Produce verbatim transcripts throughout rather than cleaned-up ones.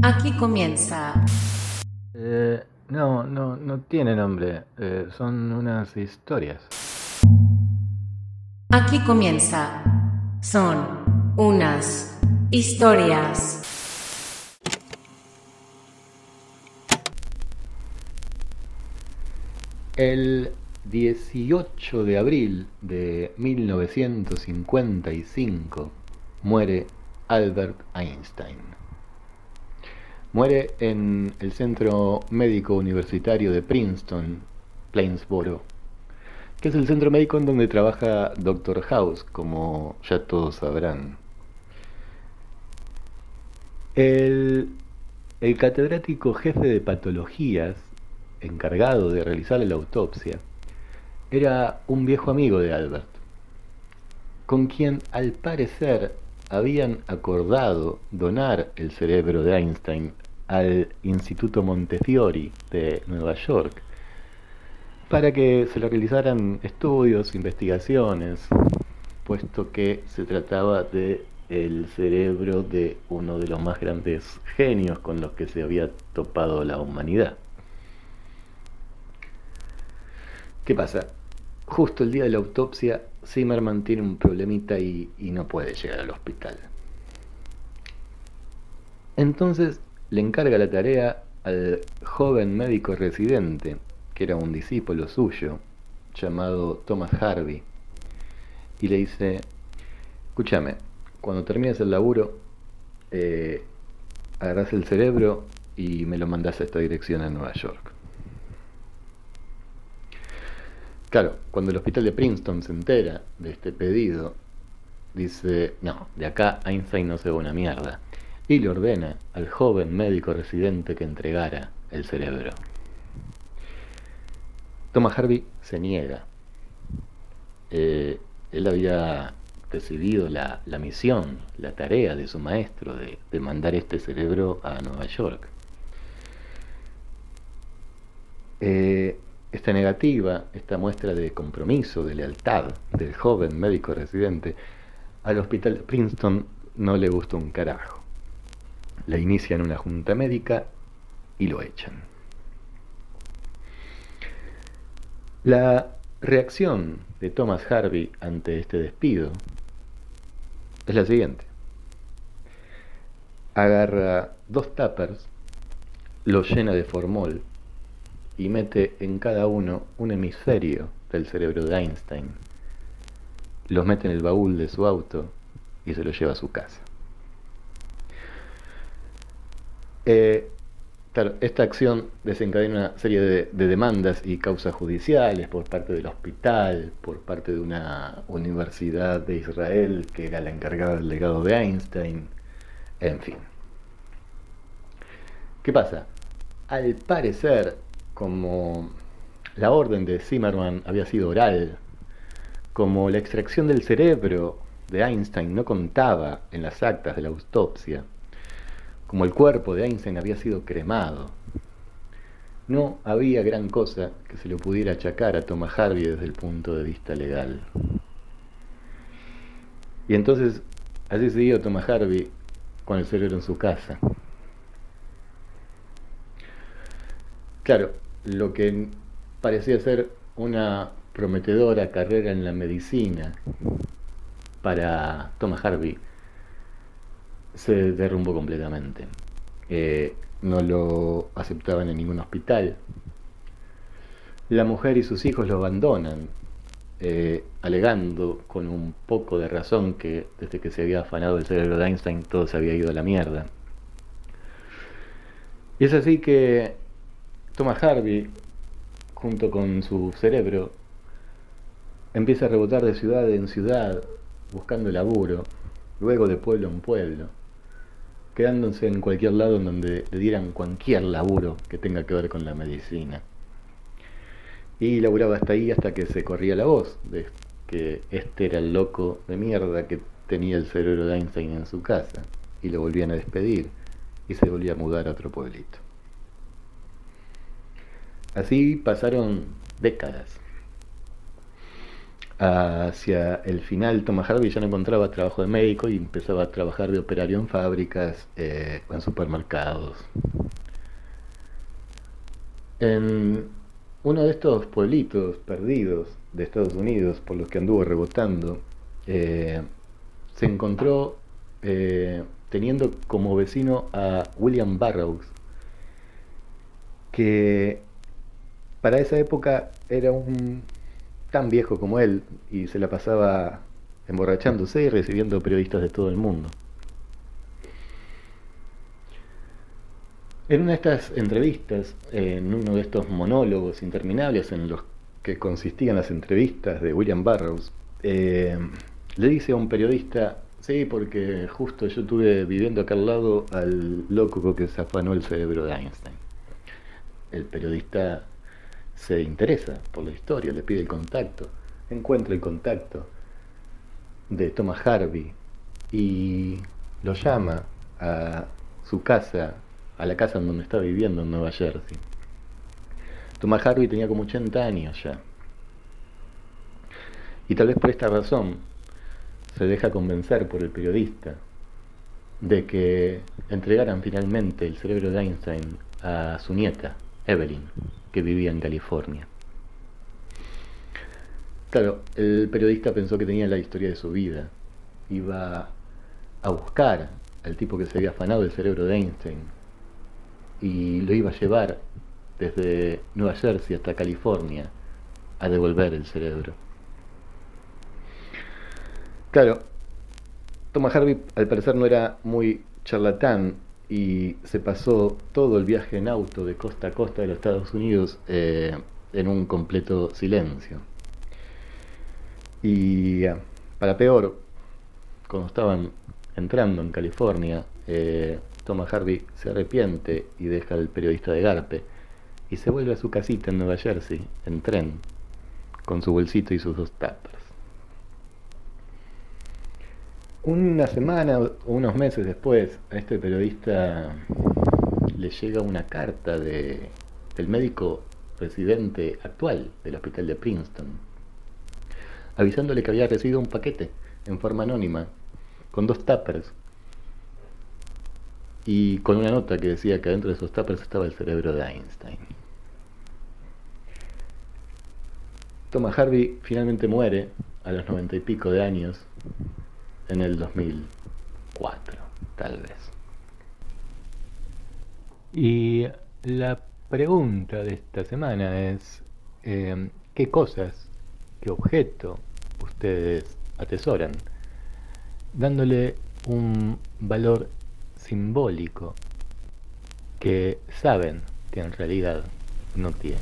Aquí comienza. Eh, no, no, no tiene nombre. Eh, son unas historias. Aquí comienza. Son unas historias. El dieciocho de abril de mil novecientos cincuenta y cinco muere Albert Einstein. Muere en el Centro Médico Universitario de Princeton, Plainsboro, que es el centro médico en donde trabaja doctor House, como ya todos sabrán. El, el catedrático jefe de patologías, encargado de realizar la autopsia, era un viejo amigo de Albert, con quien al parecer habían acordado donar el cerebro de Einstein al Instituto Montefiore de Nueva York para que se le realizaran estudios, investigaciones, puesto que se trataba de el cerebro de uno de los más grandes genios con los que se había topado la humanidad. ¿Qué pasa? Justo el día de la autopsia, Zimmerman tiene un problemita y, y no puede llegar al hospital. Entonces le encarga la tarea al joven médico residente, que era un discípulo suyo, llamado Thomas Harvey, y le dice: escúchame, cuando termines el laburo, eh, agarrás el cerebro y me lo mandás a esta dirección en Nueva York. Claro, cuando el hospital de Princeton se entera de este pedido, dice: no, de acá Einstein no se va una mierda, y le ordena al joven médico residente que entregara el cerebro. Thomas Harvey se niega. Eh, él había recibido la, la misión, la tarea de su maestro de, de mandar este cerebro a Nueva York. Eh, esta negativa, esta muestra de compromiso, de lealtad del joven médico residente al hospital de Princeton no le gustó un carajo. Le inician una junta médica y lo echan. La reacción de Thomas Harvey ante este despido es la siguiente. Agarra dos tuppers, los llena de formol y mete en cada uno un hemisferio del cerebro de Einstein. Los mete en el baúl de su auto y se los lleva a su casa. Eh, claro, esta acción desencadena una serie de, de demandas y causas judiciales por parte del hospital, por parte de una universidad de Israel que era la encargada del legado de Einstein, en fin. ¿Qué pasa? Al parecer, como la orden de Zimmerman había sido oral, como la extracción del cerebro de Einstein no contaba en las actas de la autopsia, como el cuerpo de Einstein había sido cremado, no había gran cosa que se le pudiera achacar a Thomas Harvey desde el punto de vista legal. Y entonces así siguió Thomas Harvey con el cerebro en su casa. Claro, lo que parecía ser una prometedora carrera en la medicina para Thomas Harvey se derrumbó completamente. Eh, no lo aceptaban en ningún hospital. La mujer y sus hijos lo abandonan, eh, alegando con un poco de razón que desde que se había afanado el cerebro de Einstein todo se había ido a la mierda. Y es así que Thomas Harvey, junto con su cerebro, empieza a rebotar de ciudad en ciudad, buscando laburo, luego de pueblo en pueblo, quedándose en cualquier lado en donde le dieran cualquier laburo que tenga que ver con la medicina. Y laburaba hasta ahí hasta que se corría la voz de que este era el loco de mierda que tenía el cerebro de Einstein en su casa, y lo volvían a despedir y se volvía a mudar a otro pueblito. Así pasaron décadas. Hacia el final, Thomas Harvey ya no encontraba trabajo de médico y empezaba a trabajar de operario en fábricas eh, o en supermercados. En uno de estos pueblitos perdidos de Estados Unidos por los que anduvo rebotando, eh, se encontró eh, teniendo como vecino a William Burroughs, que para esa época era un tan viejo como él y se la pasaba emborrachándose y recibiendo periodistas de todo el mundo. En una de estas entrevistas, en uno de estos monólogos interminables en los que consistían las entrevistas de William Burroughs, eh, le dice a un periodista: sí, porque justo yo estuve viviendo acá al lado al loco que se afanó el cerebro de Einstein. El periodista se interesa por la historia, le pide el contacto, encuentra el contacto de Thomas Harvey y lo llama a su casa, a la casa en donde está viviendo en Nueva Jersey. Thomas Harvey tenía como ochenta años ya, y tal vez por esta razón se deja convencer por el periodista de que entregaran finalmente el cerebro de Einstein a su nieta, Evelyn, que vivía en California. Claro, el periodista pensó que tenía la historia de su vida. Iba a buscar al tipo que se había afanado el cerebro de Einstein y lo iba a llevar desde Nueva Jersey hasta California a devolver el cerebro. Claro, Thomas Harvey al parecer no era muy charlatán y se pasó todo el viaje en auto de costa a costa de los Estados Unidos eh, en un completo silencio. Y para peor, cuando estaban entrando en California, eh, Thomas Harvey se arrepiente y deja al periodista de garpe y se vuelve a su casita en Nueva Jersey en tren con su bolsito y sus dos tuppers. Una semana o unos meses después, a este periodista le llega una carta de, del médico residente actual del hospital de Princeton, avisándole que había recibido un paquete en forma anónima con dos tuppers y con una nota que decía que dentro de esos tuppers estaba el cerebro de Einstein. Thomas Harvey finalmente muere a los noventa y pico de años en el dos mil cuatro, tal vez. Y la pregunta de esta semana es eh, ¿qué cosas, qué objeto ustedes atesoran, dándole un valor simbólico que saben que en realidad no tiene?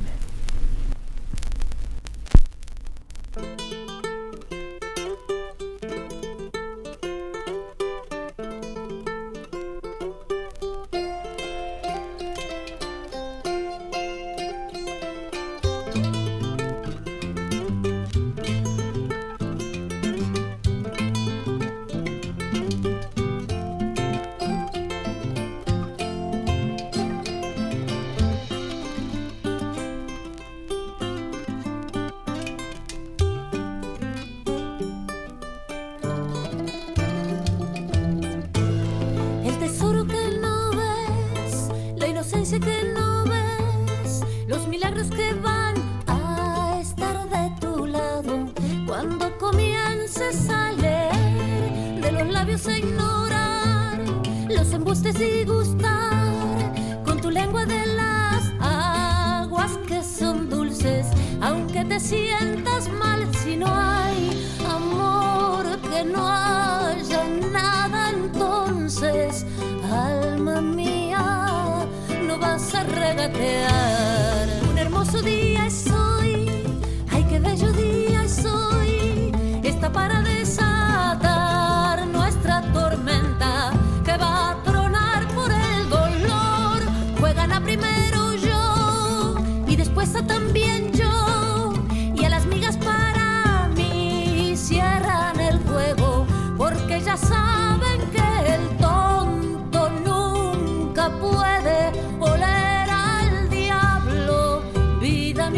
Que no ves los milagros que van a estar de tu lado cuando comiences a leer de los labios a ignorar los embustes y gustar con tu lengua de las aguas que son dulces, aunque te sientas mal si no hay amor, que no haya nada, entonces alma mía no vas a regatear. Un hermoso día es hoy, ay qué bello día es hoy, está para desatar nuestra tormenta que va a tronar por el dolor. Juegan a primero yo y después a también yo, y a las migas para mí cierran el juego, porque ya saben que el tonto nunca puede oler al diablo. Vida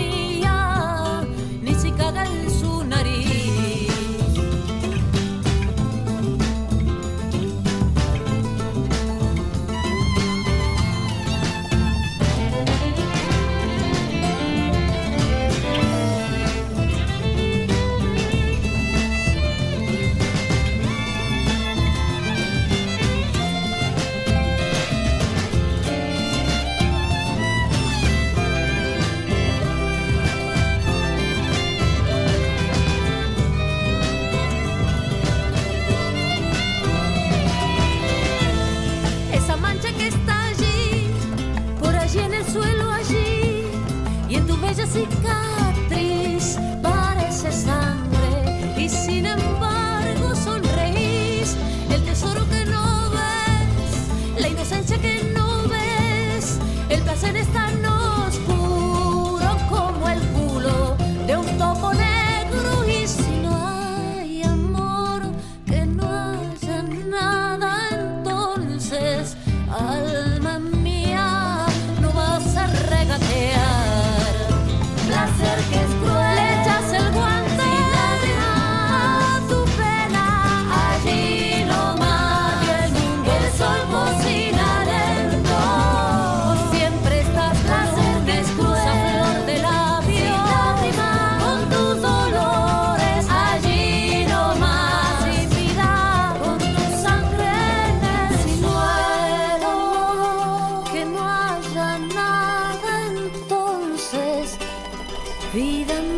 vida